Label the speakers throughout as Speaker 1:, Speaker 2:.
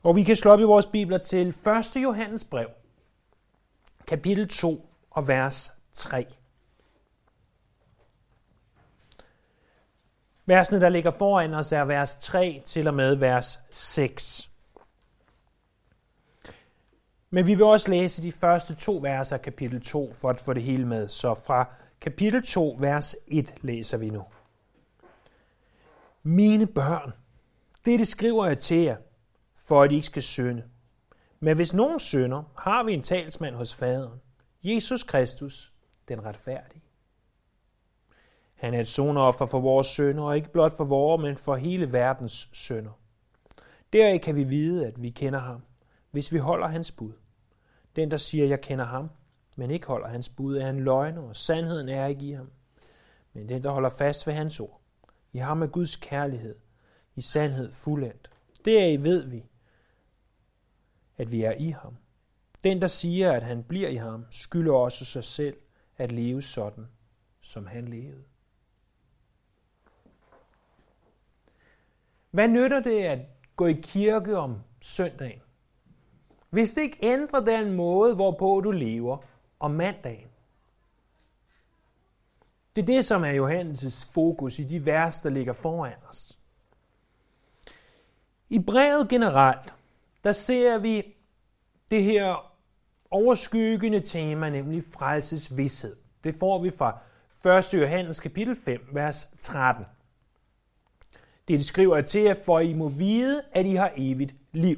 Speaker 1: Og vi kan slå op i vores bibler til 1. Johannes brev, kapitel 2 og vers 3. Versene, der ligger foran os, er vers 3 til og med vers 6. Men vi vil også læse de første 2 verser af kapitel 2, for at få det hele med. Så fra kapitel 2, vers 1 læser vi nu. Mine børn, dette skriver jeg til jer, for at I ikke skal synde. Men hvis nogen synder, har vi en talsmand hos Faderen, Jesus Kristus, den retfærdige. Han er et sonoffer for vores synder, og ikke blot for vores, men for hele verdens synder. Deraf kan vi vide, at vi kender ham, hvis vi holder hans bud. Den, der siger, jeg kender ham, men ikke holder hans bud, er en løgner, og sandheden er ikke i ham. Men den, der holder fast ved hans ord, i ham er Guds kærlighed, i sandhed fuldendt. Deraf ved vi, at vi er i ham. Den, der siger, at han bliver i ham, skylder også sig selv at leve sådan, som han levede. Hvad nytter det at gå i kirke om søndagen, hvis det ikke ændrer den måde, hvorpå du lever om mandagen? Det er det, som er Johannes' fokus i de vers, der ligger foran os. I brevet generelt, der ser vi det her overskyggende tema, nemlig frelsesvished. Det får vi fra 1. Johannes kapitel 5, vers 13. Det skriver til jer, for I må vide, at I har evigt liv.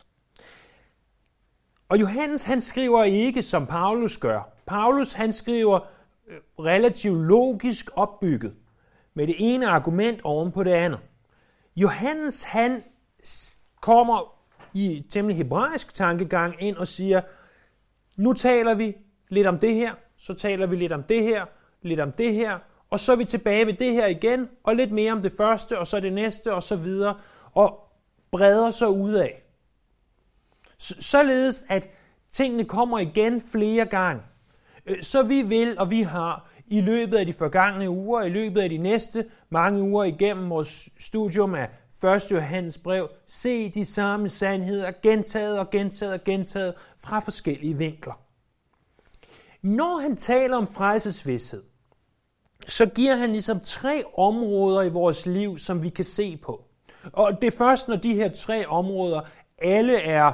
Speaker 1: Og Johannes, han skriver ikke, som Paulus gør. Paulus, han skriver relativt logisk opbygget, med det ene argument oven på det andet. Johannes, han kommer i temmelig hebraisk tankegang ind og siger, nu taler vi lidt om det her, så taler vi lidt om det her, lidt om det her, og så er vi tilbage ved det her igen, og lidt mere om det første, og så det næste, og så videre, og breder sig ud af. Således, at tingene kommer igen flere gange. Så vi vil, og vi har i løbet af de forgangne uger, i løbet af de næste mange uger igennem vores studium af 1. Johannes brev, se de samme sandheder gentaget og gentaget og gentaget fra forskellige vinkler. Når han taler om frelsesvished, så giver han ligesom 3 områder i vores liv, som vi kan se på. Og det er først, når de her 3 områder alle er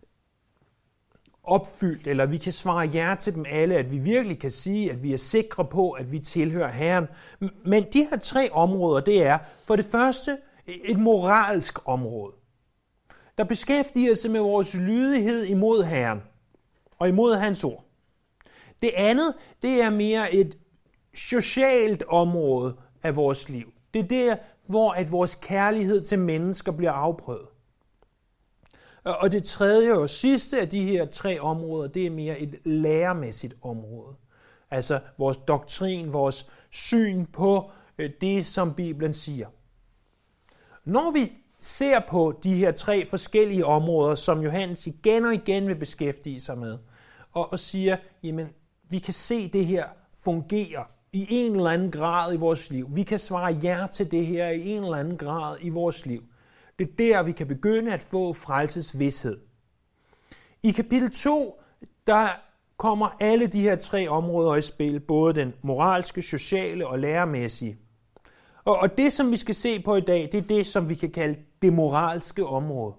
Speaker 1: opfyldt, eller vi kan svare ja til dem alle, at vi virkelig kan sige, at vi er sikre på, at vi tilhører Herren. Men de her 3 områder, det er for det første et moralsk område, der beskæftiger sig med vores lydighed imod Herren og imod hans ord. Det andet, det er mere et socialt område af vores liv. Det er der, hvor at vores kærlighed til mennesker bliver afprøvet. Og det tredje og sidste af de her 3 områder, det er mere et læremæssigt område. Altså vores doktrin, vores syn på det, som Bibelen siger. Når vi ser på de her 3 forskellige områder, som Johannes igen og igen vil beskæftige sig med, og siger, jamen, vi kan se det her fungere i en eller anden grad i vores liv. Vi kan svare ja til det her i en eller anden grad i vores liv. Det er der, vi kan begynde at få frelsesvished. I kapitel 2, der kommer alle de her 3 områder i spil, både den moralske, sociale og læremæssige. Og det, som vi skal se på i dag, det er det, som vi kan kalde det moralske område.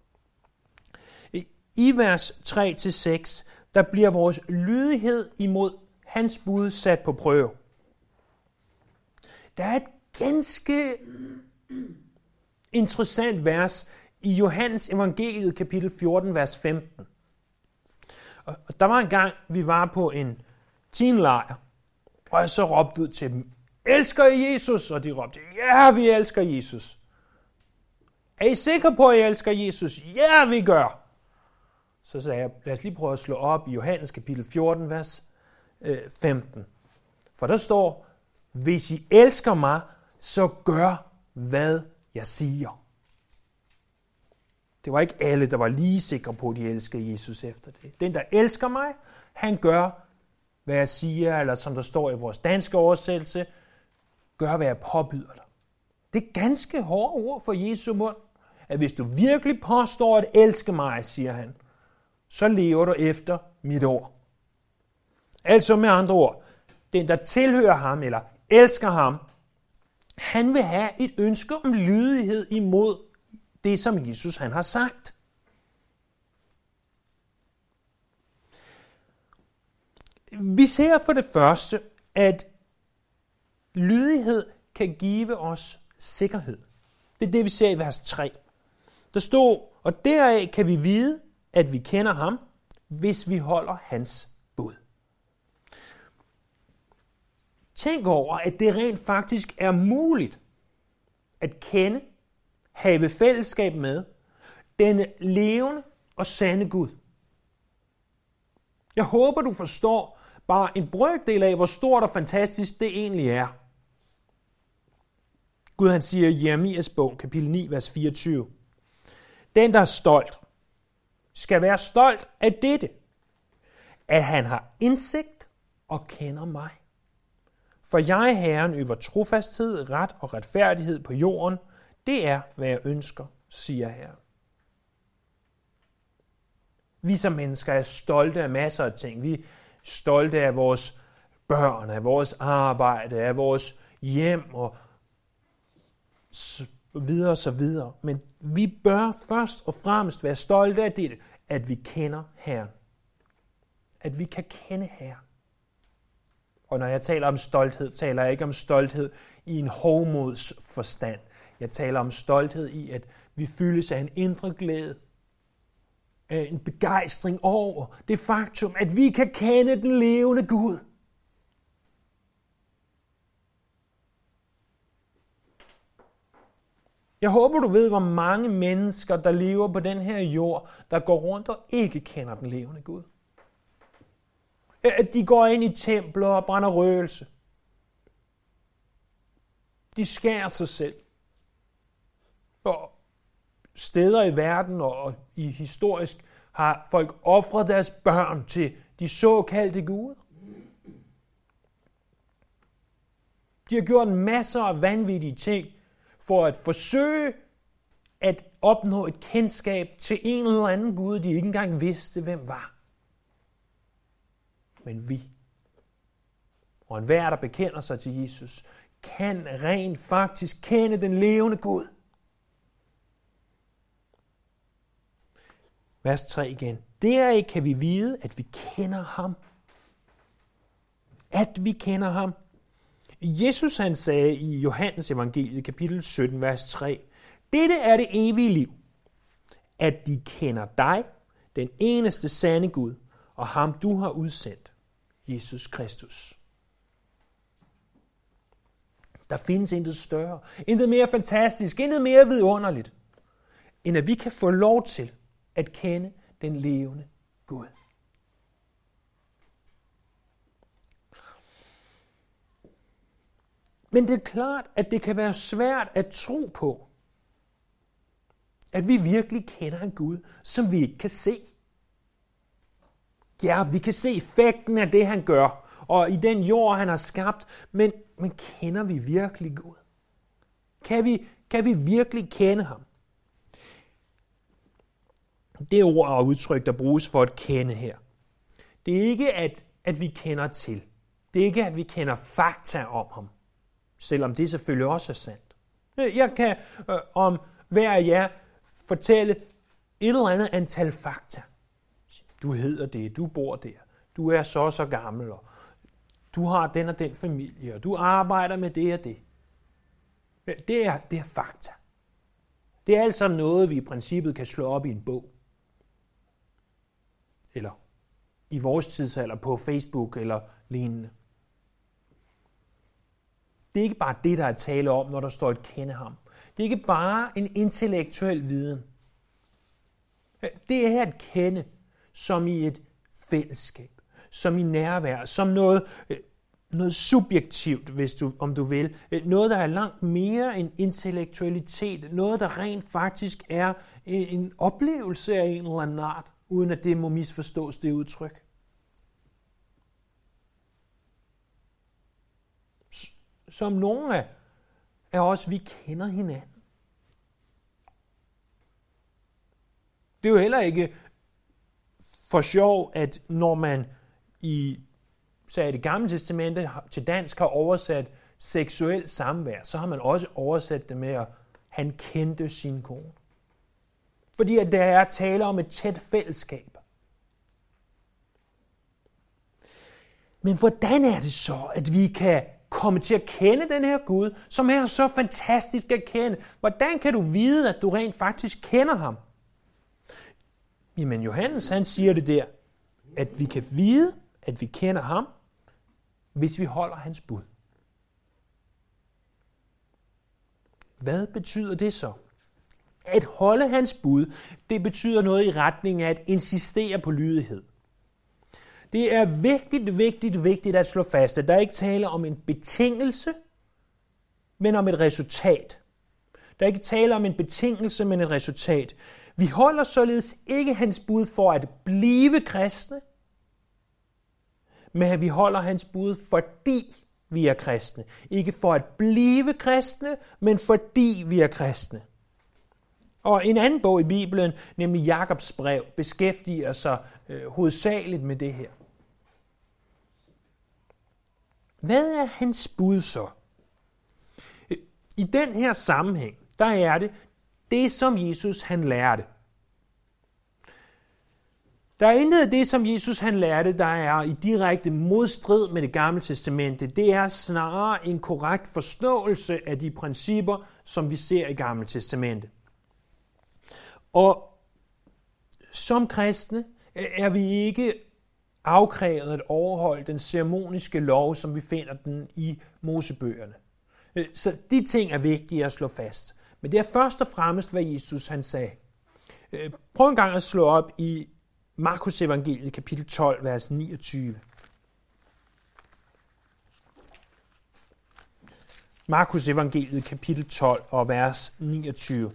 Speaker 1: I vers 3-6, der bliver vores lydighed imod hans bud sat på prøve. Der er et ganske interessant vers i Johannes evangeliet, kapitel 14, vers 15. Og der var en gang, vi var på en teenlejr, og jeg så råbte ud til dem, elsker I Jesus? Og de råbte, ja, vi elsker Jesus. Er I sikre på, at I elsker Jesus? Ja, vi gør. Så sagde jeg, lad os lige prøve at slå op i Johannes kapitel 14, vers 15. For der står, hvis I elsker mig, så gør, hvad jeg siger. Det var ikke alle, der var lige sikre på, at de elskede Jesus efter det. Den, der elsker mig, han gør, hvad jeg siger, eller som der står i vores danske oversættelse, gør, hvad jeg påbyder dig. Det er ganske hårde ord for Jesu mund. at hvis du virkelig påstår at elske mig, siger han, så lever du efter mit ord. Altså med andre ord, den der tilhører ham eller elsker ham, han vil have et ønske om lydighed imod det, som Jesus han har sagt. Vi ser for det første, at lydighed kan give os sikkerhed. Det er det, vi ser i vers 3. Der står, og deraf kan vi vide, at vi kender ham, hvis vi holder hans bud. Tænk over, at det rent faktisk er muligt at kende, have fællesskab med, denne levende og sande Gud. Jeg håber, du forstår bare en brøkdel af, hvor stort og fantastisk det egentlig er. Gud han siger i Jeremias bog, kapitel 9, vers 24. Den, der er stolt, skal være stolt af dette, at han har indsigt og kender mig. For jeg, Herren, øver trofasthed, ret og retfærdighed på jorden. Det er, hvad jeg ønsker, siger Herren. Vi som mennesker er stolte af masser af ting. Vi er stolte af vores børn, af vores arbejde, af vores hjem og så videre og så videre. Men vi bør først og fremmest være stolte af det, at vi kender Herren. At vi kan kende Herren. Og når jeg taler om stolthed, taler jeg ikke om stolthed i en hovmods forstand. Jeg taler om stolthed i, at vi fyldes af en indre glæde, af en begejstring over det faktum, at vi kan kende den levende Gud. Jeg håber, du ved, hvor mange mennesker, der lever på den her jord, der går rundt og ikke kender den levende Gud. At de går ind i templer og brænder røgelse. De skærer sig selv. Og steder i verden og i historisk har folk ofret deres børn til de såkaldte guder. De har gjort masser af vanvittige ting for at forsøge at opnå et kendskab til en eller anden Gud, de ikke engang vidste, hvem var. Men vi, og enhver, der bekender sig til Jesus, kan rent faktisk kende den levende Gud. Vers 3 igen. Deraf kan vi vide, at vi kender ham. At vi kender ham. Jesus han sagde i Johannes evangeliet, kapitel 17, vers 3, dette er det evige liv, at de kender dig, den eneste sande Gud, og ham du har udsendt, Jesus Kristus. Der findes intet større, intet mere fantastisk, intet mere vidunderligt, end at vi kan få lov til at kende den levende Gud. Men det er klart, at det kan være svært at tro på, at vi virkelig kender en Gud, som vi ikke kan se. Ja, vi kan se effekten af det, han gør, og i den jord, han har skabt, men kender vi virkelig Gud? Kan vi virkelig kende ham? Det ord og udtryk, der bruges for at kende her, det er ikke, at vi kender til. Det er ikke, at vi kender fakta om ham, selvom det selvfølgelig også er sandt. Jeg kan om hver af jer fortælle et eller andet antal fakta. Du hedder det, du bor der, du er så gammel, og du har den og den familie, og du arbejder med det og det. Det er fakta. Det er altså noget, vi i princippet kan slå op i en bog. Eller i vores tidsalder på Facebook eller lignende. Det er ikke bare det, der er tale om, når der står at kende ham. Det er ikke bare en intellektuel viden. Det er at kende som i et fællesskab, som i nærvær, som noget subjektivt, om du vil. Noget, der er langt mere end intellektualitet. Noget, der rent faktisk er en oplevelse af en eller anden art, uden at det må misforstås, det udtryk. Som nogle af os, vi kender hinanden. Det er jo heller ikke for sjov, at når man i det gamle testamente til dansk har oversat seksuel samvær, så har man også oversat det med, at han kendte sin kone. Fordi at der er tale om et tæt fællesskab. Men hvordan er det så, at vi kan komme til at kende den her Gud, som er så fantastisk at kende? Hvordan kan du vide, at du rent faktisk kender ham? Jamen Johannes, han siger det der, at vi kan vide, at vi kender ham, hvis vi holder hans bud. Hvad betyder det så? At holde hans bud, det betyder noget i retning af at insistere på lydighed. Det er vigtigt at slå fast, at der ikke taler om en betingelse, men om et resultat. Der er ikke tale om en betingelse, men et resultat. Vi holder således ikke hans bud for at blive kristne, men vi holder hans bud, fordi vi er kristne. Ikke for at blive kristne, men fordi vi er kristne. Og en anden bog i Bibelen, nemlig Jakobs brev, beskæftiger sig hovedsageligt med det her. Hvad er hans bud så? I den her sammenhæng, der er det som Jesus han lærte. Der er intet af det, som Jesus han lærte, der er i direkte modstrid med det gamle testamente. Det er snarere en korrekt forståelse af de principper, som vi ser i gamle testamente. Og som kristne er vi ikke afkrævet at overholde den ceremoniske lov, som vi finder den i Mosebøgerne. Så de ting er vigtige at slå fast. Men det er først og fremmest, hvad Jesus han sagde. Prøv en gang at slå op i Markus evangeliet, kapitel 12, vers 29. Markus evangeliet, kapitel 12 og vers 29.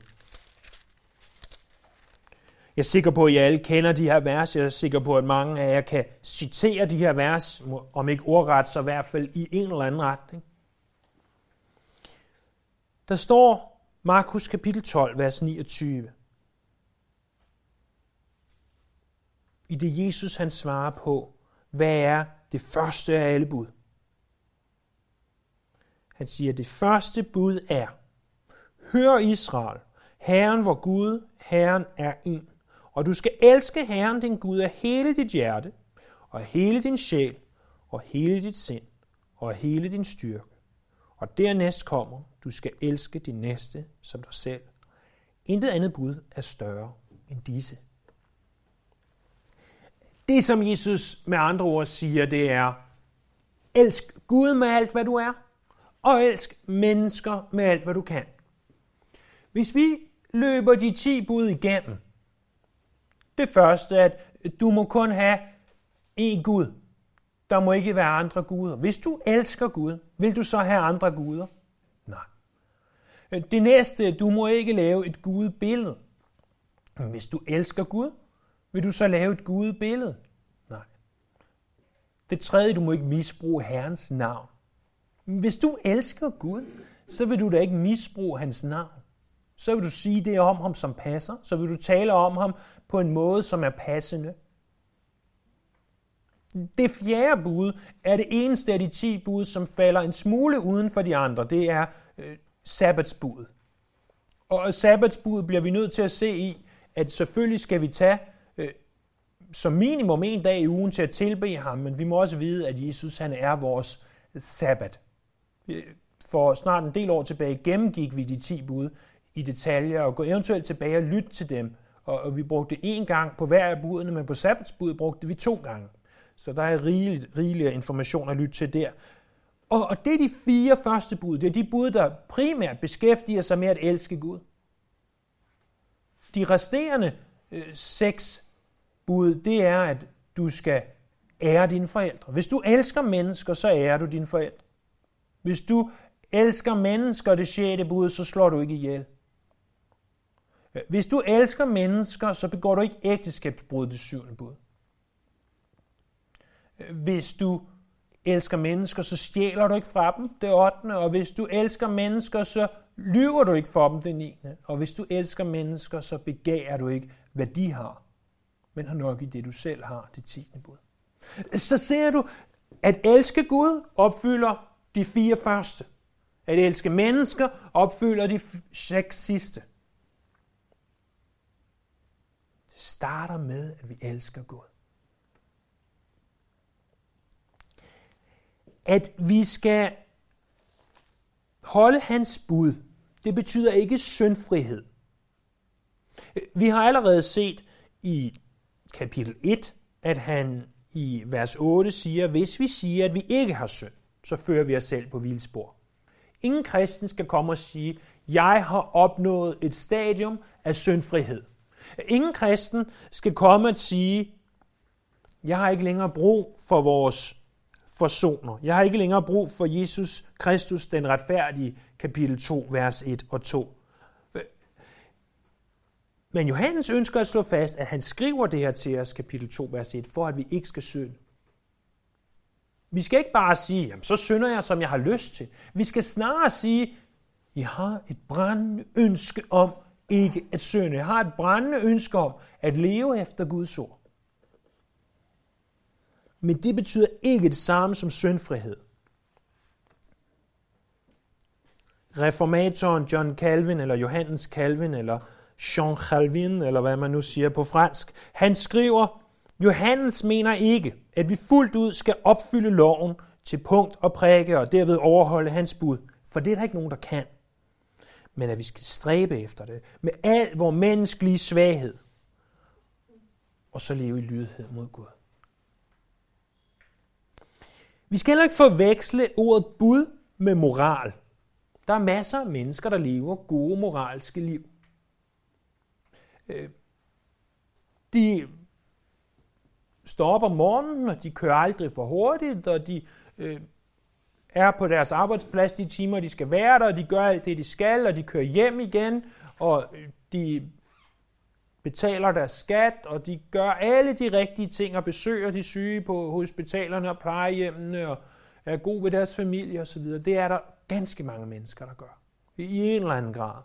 Speaker 1: Jeg er sikker på, at I alle kender de her vers. Jeg er sikker på, at mange af jer kan citere de her vers, om ikke ordret, så i hvert fald i en eller anden retning. Der står Markus kapitel 12, vers 29. I det Jesus han svarer på, hvad er det første af alle bud? Han siger, at det første bud er, hør Israel, Herren vor Gud, Herren er en. Og du skal elske Herren din Gud af hele dit hjerte, og af hele din sjæl, og hele dit sind, og af hele din styrke. Og dernæst kommer, du skal elske din næste som dig selv. Intet andet bud er større end disse. Det, som Jesus med andre ord siger, det er, elsk Gud med alt, hvad du er, og elsk mennesker med alt, hvad du kan. Hvis vi løber de 10 bud igennem, det første er, at du må kun have én Gud. Der må ikke være andre guder. Hvis du elsker Gud, vil du så have andre guder? Nej. Det næste, du må ikke lave et gudebillede. Hvis du elsker Gud, vil du så lave et gudebillede? Nej. Det tredje, du må ikke misbruge Herrens navn. Hvis du elsker Gud, så vil du da ikke misbruge hans navn. Så vil du sige det om ham, som passer. Så vil du tale om ham på en måde, som er passende. Det fjerde bud er det eneste af de 10 bud, som falder en smule uden for de andre. Det er sabbatsbuddet. Og sabbatsbuddet bliver vi nødt til at se i, at selvfølgelig skal vi tage som minimum 1 dag i ugen til at tilbede ham, men vi må også vide, at Jesus han er vores sabbat. For snart en del år tilbage gennemgik vi de 10 bud i detaljer, og gå eventuelt tilbage og lytte til dem. Og vi brugte 1 gang på hver af budene, men på sabbatsbuddet brugte vi 2 gange. Så der er rigeligt information at lytte til der. Og det er de 4 første bud. Det er de bud, der primært beskæftiger sig med at elske Gud. De resterende 6 bud, det er, at du skal ære dine forældre. Hvis du elsker mennesker, så ærer du dine forældre. Hvis du elsker mennesker, det 6. bud, så slår du ikke ihjel. Hvis du elsker mennesker, så begår du ikke ægteskabsbrud, det 7. bud. Hvis du elsker mennesker, så stjæler du ikke fra dem, det 8. Og hvis du elsker mennesker, så lyver du ikke for dem, det 9. Og hvis du elsker mennesker, så begærer du ikke, hvad de har, men har nok i det, du selv har, det 10. bud. Så ser du, at elske Gud opfylder de 4 første. At elske mennesker opfylder de 6 sidste. Det starter med, at vi elsker Gud. At vi skal holde hans bud, det betyder ikke syndfrihed. Vi har allerede set i kapitel 1, at han i vers 8 siger, hvis vi siger, at vi ikke har synd, så fører vi os selv på vildspor. Ingen kristen skal komme og sige, jeg har opnået et stadium af syndfrihed. Ingen kristen skal komme og sige, jeg har ikke længere brug for vores forsoner. Jeg har ikke længere brug for Jesus Kristus, den retfærdige, kapitel 2, vers 1 og 2. Men Johannes ønsker at slå fast, at han skriver det her til os, kapitel 2, vers 1, for at vi ikke skal synde. Vi skal ikke bare sige, jamen, så synder jeg, som jeg har lyst til. Vi skal snarere sige, jeg har et brændende ønske om ikke at synde. Jeg har et brændende ønske om at leve efter Guds ord. Men det betyder ikke det samme som syndfrihed. Reformatoren John Calvin, eller Johannes Calvin, eller Jean Calvin, eller hvad man nu siger på fransk, han skriver, Johannes mener ikke, at vi fuldt ud skal opfylde loven til punkt og prikke, og derved overholde hans bud, for det er der ikke nogen, der kan. Men at vi skal stræbe efter det, med al vores menneskelige svaghed, og så leve i lydighed mod Gud. Vi skal heller ikke forveksle ordet bud med moral. Der er masser af mennesker, der lever gode moralske liv. De står op om morgenen, og de kører aldrig for hurtigt, og de er på deres arbejdsplads de timer, de skal være der, og de gør alt det, de skal, og de kører hjem igen, og de betaler deres skat, og de gør alle de rigtige ting, og besøger de syge på hospitalerne og plejehjemmene, og er gode ved deres familie osv. Det er der ganske mange mennesker, der gør. I en eller anden grad.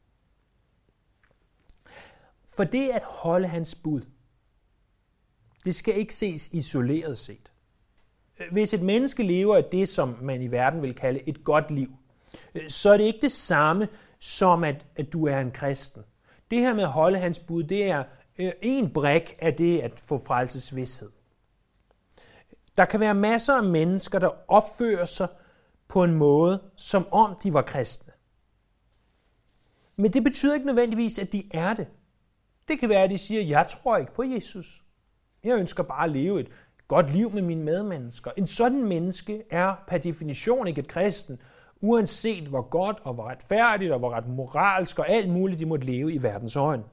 Speaker 1: For det at holde hans bud, det skal ikke ses isoleret set. Hvis et menneske lever af det, som man i verden vil kalde et godt liv, så er det ikke det samme som, at du er en kristen. Det her med at holde hans bud, det er en brik af det at få frelsesvished. Der kan være masser af mennesker, der opfører sig på en måde, som om de var kristne. Men det betyder ikke nødvendigvis, at de er det. Det kan være, at de siger, jeg tror ikke på Jesus. Jeg ønsker bare at leve et godt liv med mine medmennesker. En sådan menneske er per definition ikke et kristen, uanset hvor godt og hvor retfærdigt og hvor ret moralsk og alt muligt de måtte leve i verdens øjne.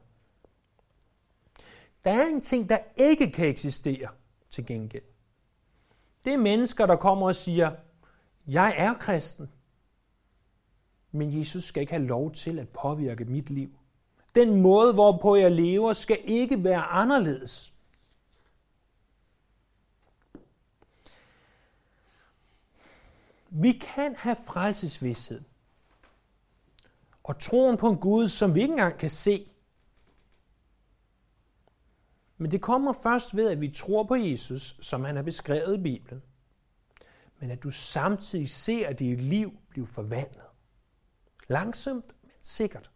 Speaker 1: Der er en ting, der ikke kan eksistere til gengæld. Det er mennesker, der kommer og siger, jeg er kristen, men Jesus skal ikke have lov til at påvirke mit liv. Den måde, hvorpå jeg lever, skal ikke være anderledes. Vi kan have frelsesvished og troen på en Gud, som vi ikke engang kan se. Men det kommer først ved, at vi tror på Jesus, som han er beskrevet i Bibelen. Men at du samtidig ser, at dit liv bliver forvandlet. Langsomt, men sikkert.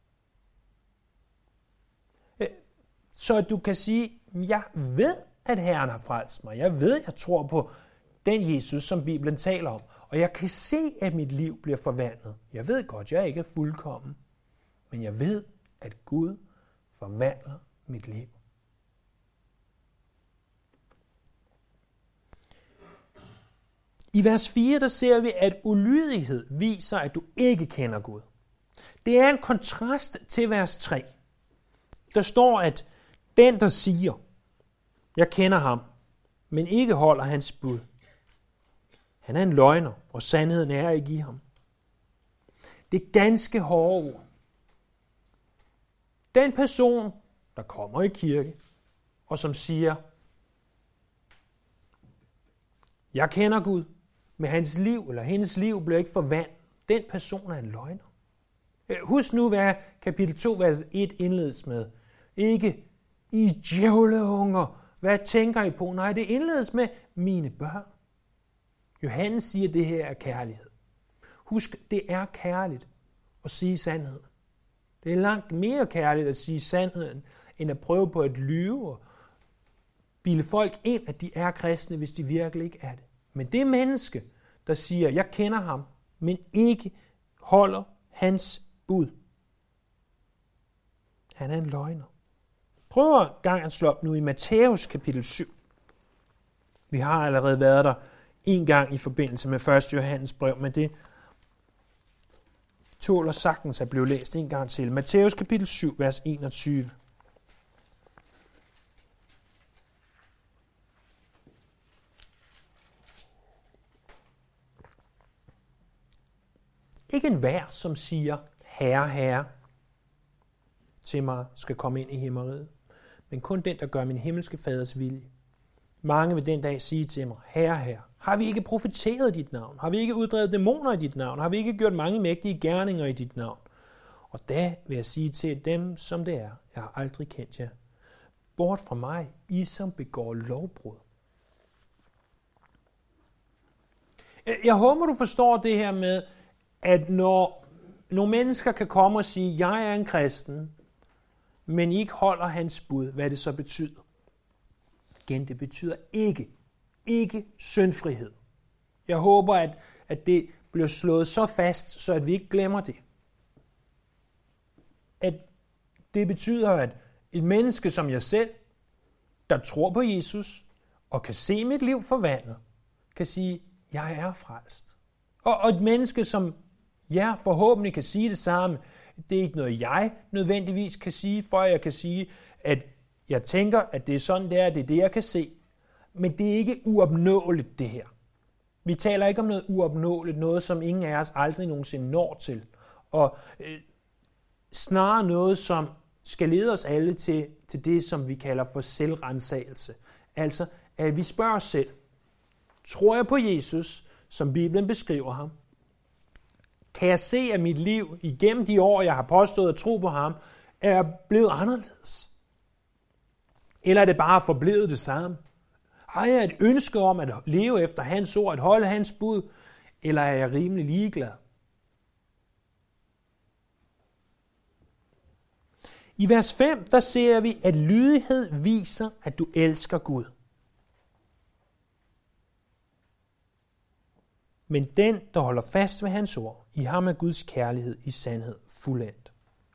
Speaker 1: Så at du kan sige, jeg ved, at Herren har frelst mig. Jeg ved, at jeg tror på den Jesus, som Bibelen taler om. Og jeg kan se, at mit liv bliver forvandlet. Jeg ved godt, jeg ikke er fuldkommen. Men jeg ved, at Gud forvandler mit liv. I vers 4, der ser vi, at ulydighed viser, at du ikke kender Gud. Det er en kontrast til vers 3. Der står, at den, der siger, jeg kender ham, men ikke holder hans bud, han er en løgner, og sandheden er ikke i ham. Det er ganske hårde ord. Den person, der kommer i kirke, og som siger, jeg kender Gud, men hans liv eller hendes liv bliver ikke forvandlet. Den person er en løgner. Husk nu, hvad kapitel 2, vers 1 indledes med. Ikke I djævleunger. Hvad tænker I på? Nej, det indledes med mine børn. Johannes siger, at det her er kærlighed. Husk, det er kærligt at sige sandheden. Det er langt mere kærligt at sige sandheden, end at prøve på at lyve og bilde folk ind, at de er kristne, hvis de virkelig ikke er det. Men det menneske, der siger, jeg kender ham, men ikke holder hans bud. Han er en løgner. Prøv at gang at slå op nu i Matthæus kapitel 7. Vi har allerede været der en gang i forbindelse med 1. Johannes brev, men det tåler sagtens at blive læst en gang til. Matthæus kapitel 7, vers 21. Ikke enhver, som siger, Herre, Herre, til mig skal komme ind i himmeriget, men kun den, der gør min himmelske faders vilje. Mange vil den dag sige til mig, Herre, Herre, har vi ikke profeteret i dit navn? Har vi ikke uddrevet dæmoner i dit navn? Har vi ikke gjort mange mægtige gerninger i dit navn? Og da vil jeg sige til dem, som det er, jeg har aldrig kendt jer. Bort fra mig, I som begår lovbrud. Jeg håber, du forstår det her med, at når nogle mennesker kan komme og sige, jeg er en kristen, men ikke holder hans bud, hvad det så betyder. Igen, det betyder ikke syndfrihed. Jeg håber, at det bliver slået så fast, så at vi ikke glemmer det. At det betyder, at et menneske som jeg selv, der tror på Jesus, og kan se mit liv forvandlet, kan sige, jeg er frelst. Og et menneske som jeg forhåbentlig kan sige det samme, det er ikke noget, jeg nødvendigvis kan sige, for jeg kan sige, at jeg tænker, at det er sådan, det er det, jeg kan se. Men det er ikke uopnåeligt, det her. Vi taler ikke om noget uopnåeligt, noget, som ingen af os aldrig nogensinde når til. Og snarere noget, som skal lede os alle til det, som vi kalder for selvrensagelse. Altså, at vi spørger os selv, tror jeg på Jesus, som Bibelen beskriver ham? Kan jeg se, at mit liv igennem de år, jeg har påstået at tro på ham, er blevet anderledes? Eller er det bare forblevet det samme? Har jeg et ønske om at leve efter hans ord, at holde hans bud, eller er jeg rimelig ligeglad? I vers 5, der ser vi, at lydighed viser, at du elsker Gud. Men den, der holder fast ved hans ord, i ham er Guds kærlighed i sandhed fuldendt.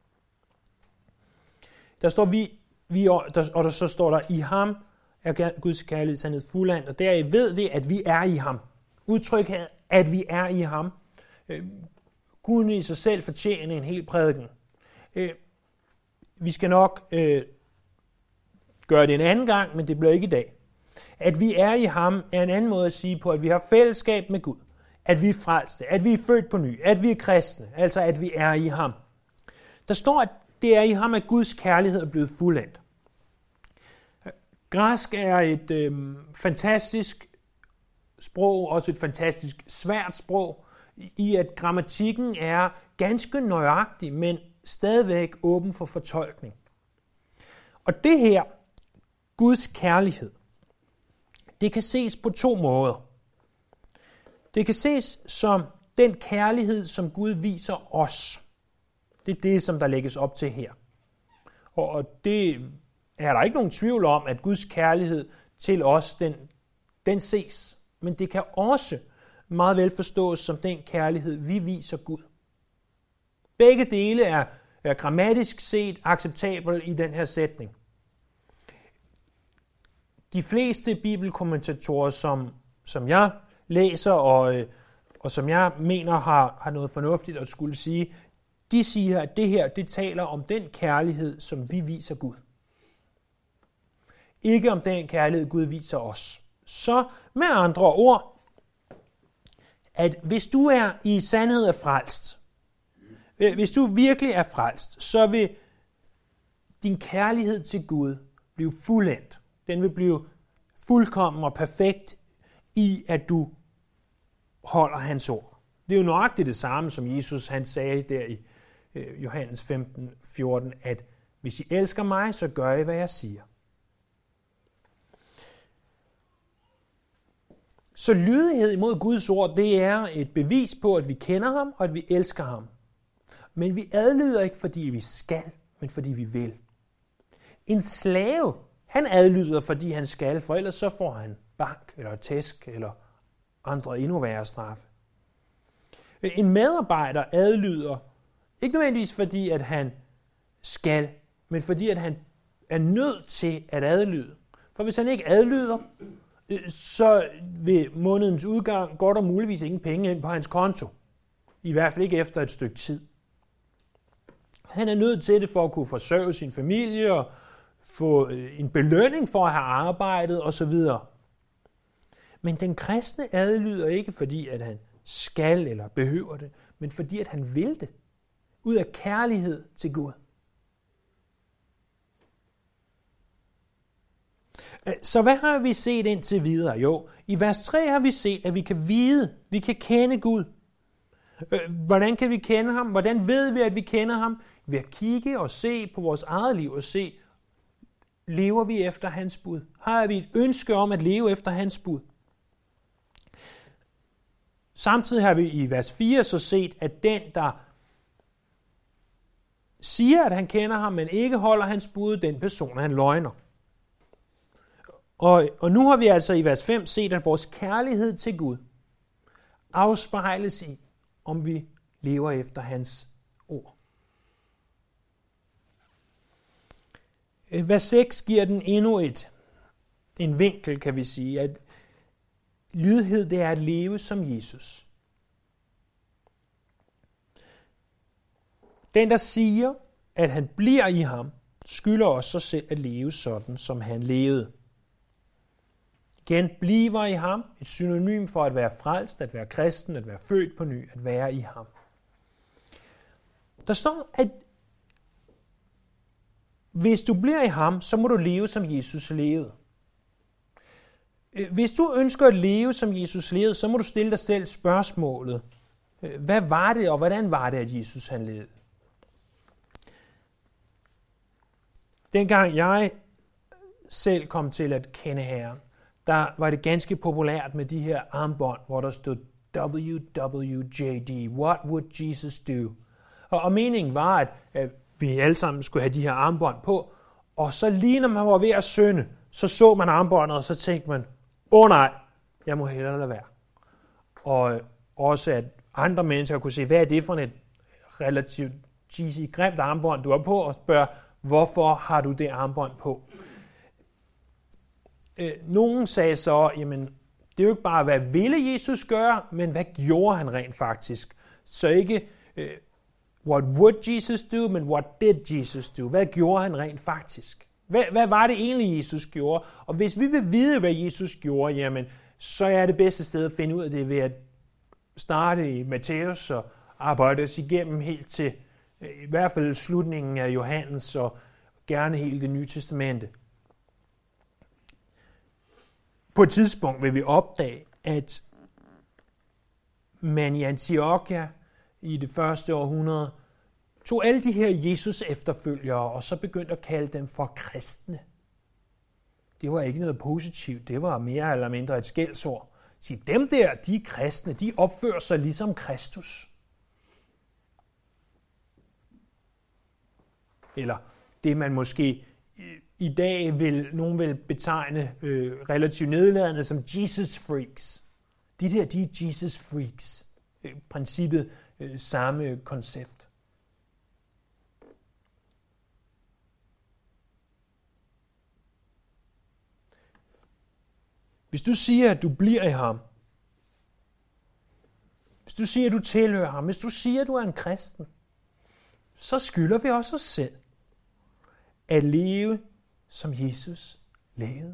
Speaker 1: Der står så står der, i ham er Guds kærlighed i sandhed fuldendt, og der ved vi, at vi er i ham. Udtrykket, at vi er i ham, kunne i sig selv fortjene en hel prædiken. Vi skal nok gøre det en anden gang, men det bliver ikke i dag. At vi er i ham er en anden måde at sige på, at vi har fællesskab med Gud. At vi er frelste, at vi er født på ny, at vi er kristne, altså at vi er i ham. Der står, at det er i ham, at Guds kærlighed er blevet fuldendt. Græsk er et fantastisk sprog, også et fantastisk svært sprog, i at grammatikken er ganske nøjagtig, men stadigvæk åben for fortolkning. Og det her, Guds kærlighed, det kan ses på to måder. Det kan ses som den kærlighed, som Gud viser os. Det er det, som der lægges op til her. Og det er der ikke nogen tvivl om, at Guds kærlighed til os, den ses. Men det kan også meget vel forstås som den kærlighed, vi viser Gud. Begge dele er grammatisk set acceptabel i den her sætning. De fleste bibelkommentatorer, som jeg læser, og som jeg mener har noget fornuftigt at skulle sige, de siger, at det her, det taler om den kærlighed, som vi viser Gud. Ikke om den kærlighed, Gud viser os. Så med andre ord, at hvis du er i sandhed er frelst, hvis du virkelig er frelst, så vil din kærlighed til Gud blive fuldendt. Den vil blive fuldkommen og perfekt i, at du holder hans ord. Det er jo nøjagtigt det samme, som Jesus han sagde der Johannes 15:14, at hvis I elsker mig, så gør I, hvad jeg siger. Så lydighed imod Guds ord, det er et bevis på, at vi kender ham, og at vi elsker ham. Men vi adlyder ikke, fordi vi skal, men fordi vi vil. En slave, han adlyder, fordi han skal, for ellers så får han bank, eller tæsk, eller andre endnu værre straffe. En medarbejder adlyder, ikke nødvendigvis fordi, at han skal, men fordi, at han er nødt til at adlyde. For hvis han ikke adlyder, så ved månedens udgang går der muligvis ingen penge ind på hans konto. I hvert fald ikke efter et stykke tid. Han er nødt til det for at kunne forsørge sin familie og få en belønning for at have arbejdet osv. Men den kristne adlyder ikke, fordi at han skal eller behøver det, men fordi at han vil det. Ud af kærlighed til Gud. Så hvad har vi set indtil videre? Jo, i vers 3 har vi set, at vi kan vide, vi kan kende Gud. Hvordan kan vi kende ham? Hvordan ved vi, at vi kender ham? Ved at kigge og se på vores eget liv og se, lever vi efter hans bud? Har vi et ønske om at leve efter hans bud? Samtidig har vi i vers 4 så set, at den, der siger, at han kender ham, men ikke holder hans bud, den person han løgner. Og nu har vi altså i vers 5 set, at vores kærlighed til Gud afspejles i, om vi lever efter hans ord. Vers 6 giver den endnu en vinkel, kan vi sige, at lydighed, det er at leve som Jesus. Den, der siger, at han bliver i ham, skylder også sig selv at leve sådan, som han levede. Igen, bliver i ham, et synonym for at være frelst, at være kristen, at være født på ny, at være i ham. Der står, at hvis du bliver i ham, så må du leve, som Jesus levede. Hvis du ønsker at leve, som Jesus levede, så må du stille dig selv spørgsmålet, hvad var det, og hvordan var det, at Jesus han levede? Dengang jeg selv kom til at kende Herren, der var det ganske populært med de her armbånd, hvor der stod WWJD, What Would Jesus Do? Og meningen var, at vi alle sammen skulle have de her armbånd på, og så lige når man var ved at synde, så man armbåndet, og så tænkte man, nej, jeg må hellere lade være. Og også at andre mennesker kunne se, hvad er det for et relativt cheesy, grimt armbånd, du har på, og spørge, hvorfor har du det armbånd på? Nogen sagde så, jamen, det er jo ikke bare, hvad ville Jesus gøre, men hvad gjorde han rent faktisk? Så ikke, what would Jesus do, men what did Jesus do? Hvad gjorde han rent faktisk? Hvad var det egentlig, Jesus gjorde? Og hvis vi vil vide, hvad Jesus gjorde, jamen, så er det bedste sted at finde ud af det ved at starte i Matthæus og arbejde os igennem helt til i hvert fald slutningen af Johannes og gerne hele det nye testamente. På et tidspunkt vil vi opdage, at man i Antiochia i det første århundrede tog alle de her Jesus efterfølgere og så begyndte at kalde dem for kristne. Det var ikke noget positivt, det var mere eller mindre et skældsord. Så dem der, de er kristne, de opfører sig ligesom Kristus. Eller det man måske i dag nogen vil betegne relativt nedladende som Jesus freaks. De der, de er Jesus freaks. Princippet samme koncept. Hvis du siger, at du bliver i ham, hvis du siger, at du tilhører ham, hvis du siger, at du er en kristen, så skylder vi også os selv at leve, som Jesus levede.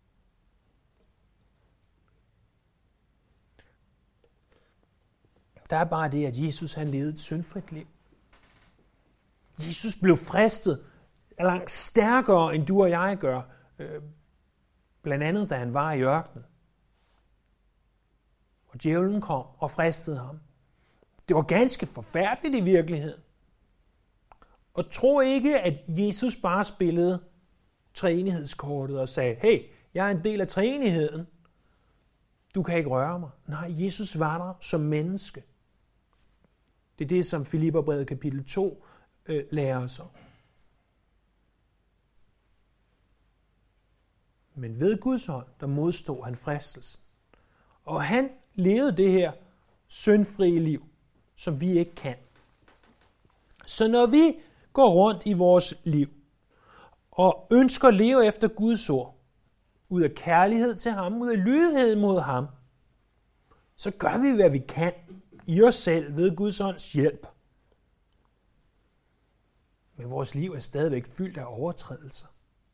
Speaker 1: Der er bare det, at Jesus han levede et syndfrit liv. Jesus blev fristet langt stærkere, end du og jeg gør. Blandt andet, da han var i ørkenen. Og djævlen kom og fristede ham. Det var ganske forfærdeligt i virkeligheden. Og tro ikke, at Jesus bare spillede treenighedskortet og sagde, hey, jeg er en del af treenigheden. Du kan ikke røre mig. Nej, Jesus var der som menneske. Det er det, som Filipperbrevet kapitel 2 lærer os om. Men ved Guds hånd, der modstod han fristelsen. Og han levede det her syndfrie liv, som vi ikke kan. Så når vi går rundt i vores liv og ønsker at leve efter Guds ord, ud af kærlighed til ham, ud af lydighed mod ham, så gør vi, hvad vi kan i os selv ved Guds ånds hjælp. Men vores liv er stadigvæk fyldt af overtrædelser.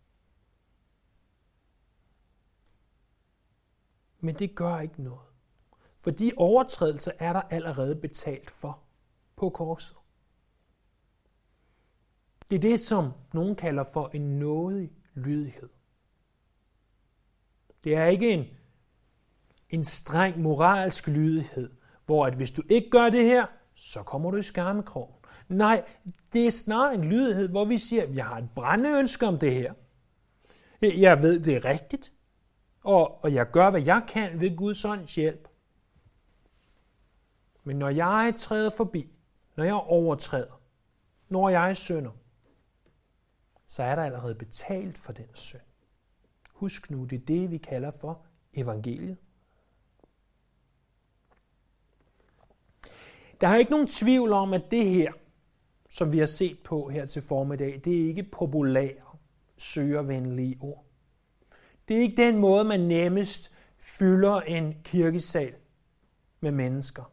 Speaker 1: Men det gør ikke noget. For de overtrædelser er der allerede betalt for på korset. Det er det, som nogen kalder for en nådig lydighed. Det er ikke en streng moralsk lydighed, hvor at hvis du ikke gør det her, så kommer du i skammekrog. Nej, det er snarere en lydighed, hvor vi siger, at jeg har et brændende ønske om det her. Jeg ved, det er rigtigt, og jeg gør, hvad jeg kan ved Guds ånds hjælp. Men når jeg træder forbi, når jeg overtræder, når jeg synder, så er der allerede betalt for den synd. Husk nu, det er det, vi kalder for evangeliet. Der er ikke nogen tvivl om, at det her, som vi har set på her til formiddag, det er ikke populære, søgervenlige ord. Det er ikke den måde, man nemmest fylder en kirkesal med mennesker.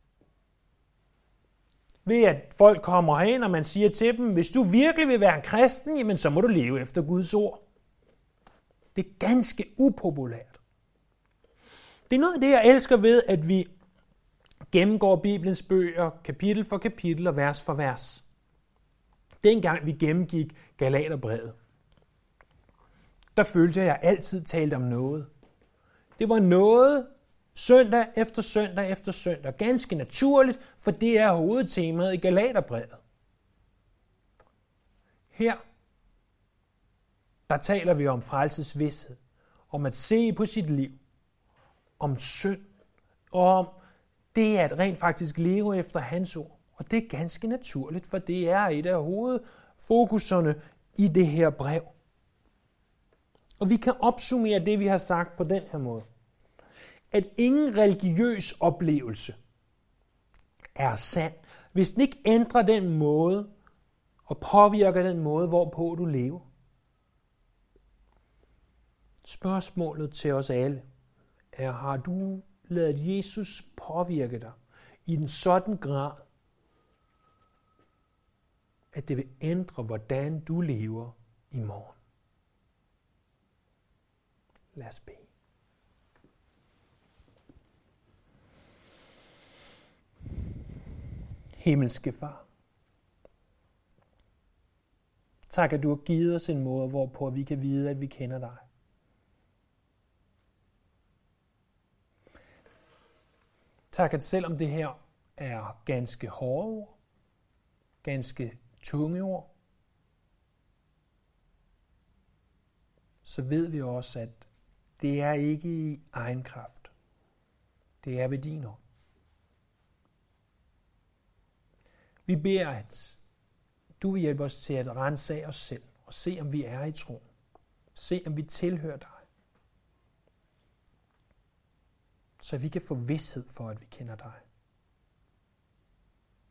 Speaker 1: Ved at folk kommer herind, og man siger til dem, hvis du virkelig vil være en kristen, jamen så må du leve efter Guds ord. Det er ganske upopulært. Det er noget af det, jeg elsker ved, at vi gennemgår Bibelens bøger kapitel for kapitel og vers for vers. Dengang vi gennemgik Galaterbrevet, der følte jeg, at jeg altid talte om noget. Det var noget søndag efter søndag efter søndag. Ganske naturligt, for det er hovedtemaet i Galaterbrevet. Her, der taler vi om frelsesvished, om at se på sit liv, om synd, og om det at rent faktisk leve efter hans ord. Og det er ganske naturligt, for det er et af hovedfokuserne i det her brev. Og vi kan opsummere det, vi har sagt på den her måde. At ingen religiøs oplevelse er sand, hvis den ikke ændrer den måde og påvirker den måde, hvorpå du lever. Spørgsmålet til os alle er, har du ladet Jesus påvirke dig i en sådan grad, at det vil ændre, hvordan du lever i morgen? Lad os bede. Himmelske Far, tak, at du har givet os en måde, hvorpå vi kan vide, at vi kender dig. Tak, at selvom det her er ganske hårde ord, ganske tunge ord, så ved vi også, at det er ikke i egen kraft. Det er ved din ånd. Vi beder, at du vil hjælpe os til at rense os selv og se, om vi er i troen. Se, om vi tilhører dig. Så vi kan få vished for, at vi kender dig.